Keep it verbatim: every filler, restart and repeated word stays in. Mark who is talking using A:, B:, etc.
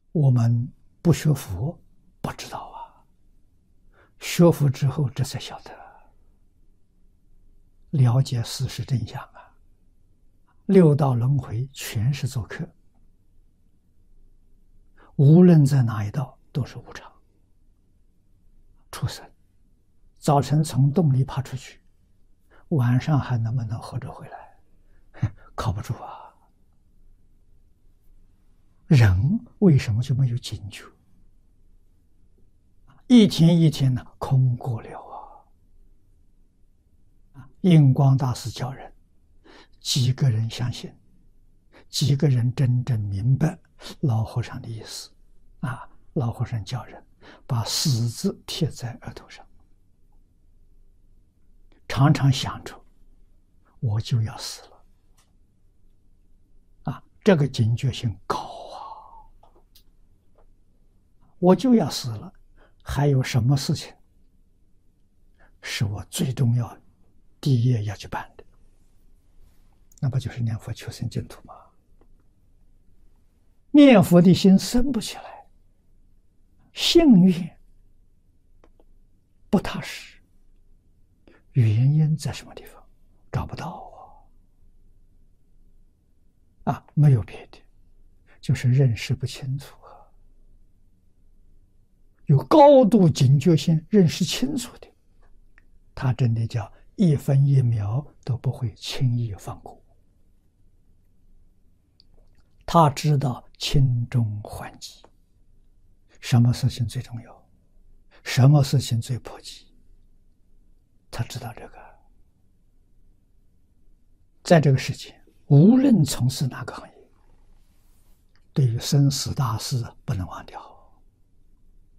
A: 我们不学佛，不知道啊。学佛之后，这才晓得，了解事实真相啊。六道轮回全是做客，无论在哪一道都是无常。畜生，早晨从洞里爬出去，晚上还能不能活着回来？靠不住啊。人为什么就没有警觉？一天一天的空过了啊！印光大师教人，几个人相信，几个人真正明白老和尚的意思啊！老和尚教人把死字贴在额头上，常常想着我就要死了啊！这个警觉性高啊！我就要死了，还有什么事情是我最重要第一页要去办的？那不就是念佛求生净土吗？念佛的心生不起来，信愿不踏实，原因在什么地方？找不到啊！啊，没有别的，就是认识不清楚啊。有高度警觉性、认识清楚的，他真的叫一分一秒都不会轻易放过。他知道轻重缓急，什么事情最重要，什么事情最迫切，他知道这个。在这个世界，无论从事哪个行业，对于生死大事不能忘掉。